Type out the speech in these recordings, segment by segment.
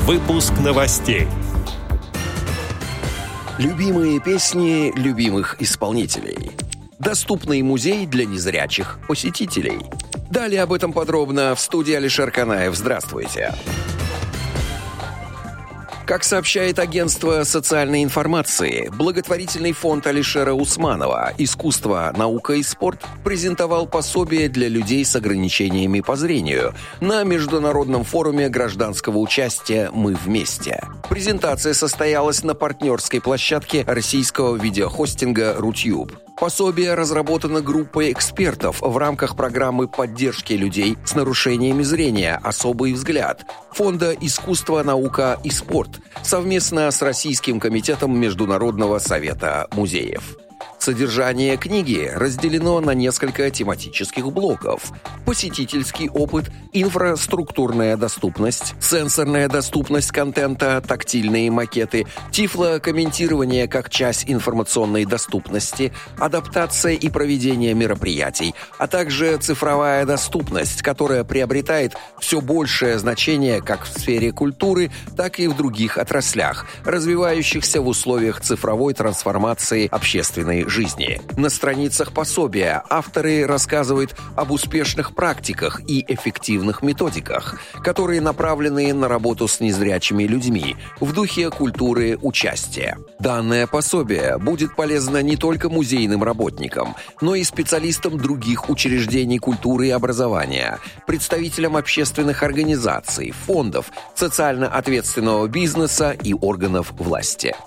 Выпуск новостей. Любимые песни любимых исполнителей. Доступный музей для незрячих посетителей. Далее об этом подробно в студии Алишер Канаев. Здравствуйте. Как сообщает агентство социальной информации, благотворительный фонд Алишера Усманова «Искусство, наука и спорт» презентовал пособие для людей с ограничениями по зрению на международном форуме гражданского участия «Мы вместе». Презентация состоялась на партнерской площадке российского видеохостинга «Рутюб». Пособие разработано группой экспертов в рамках программы поддержки людей с нарушениями зрения «Особый взгляд» Фонда «Искусство, наука и спорт» совместно с Российским комитетом Международного совета музеев. Содержание книги разделено на несколько тематических блоков: посетительский опыт, инфраструктурная доступность, сенсорная доступность контента, тактильные макеты, тифлокомментирование как часть информационной доступности, адаптация и проведение мероприятий, а также цифровая доступность, которая приобретает все большее значение как в сфере культуры, так и в других отраслях, развивающихся в условиях цифровой трансформации общественной жизни. На страницах пособия авторы рассказывают об успешных практиках и эффективных методиках, которые направлены на работу с незрячими людьми в духе культуры участия. Данное пособие будет полезно не только музейным работникам, но и специалистам других учреждений культуры и образования, представителям общественных организаций, фондов, социально ответственного бизнеса и органов власти.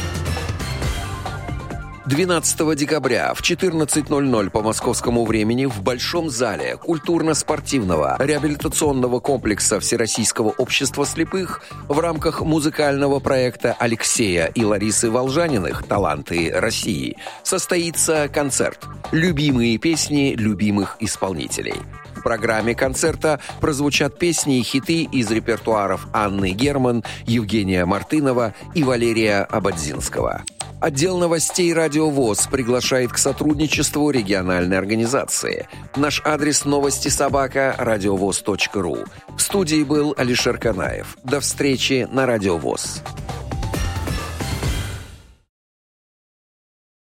12 декабря в 14:00 по московскому времени в Большом зале культурно-спортивного реабилитационного комплекса Всероссийского общества слепых в рамках музыкального проекта Алексея и Ларисы Волжаниных «Таланты России» состоится концерт «Любимые песни любимых исполнителей». В программе концерта прозвучат песни и хиты из репертуаров Анны Герман, Евгения Мартынова и Валерия Ободзинского. Отдел новостей «Радио ВОС» приглашает к сотрудничеству региональной организации. Наш адрес новости@радиовоз.ру. В студии был Алишер Канаев. До встречи на «Радио ВОС».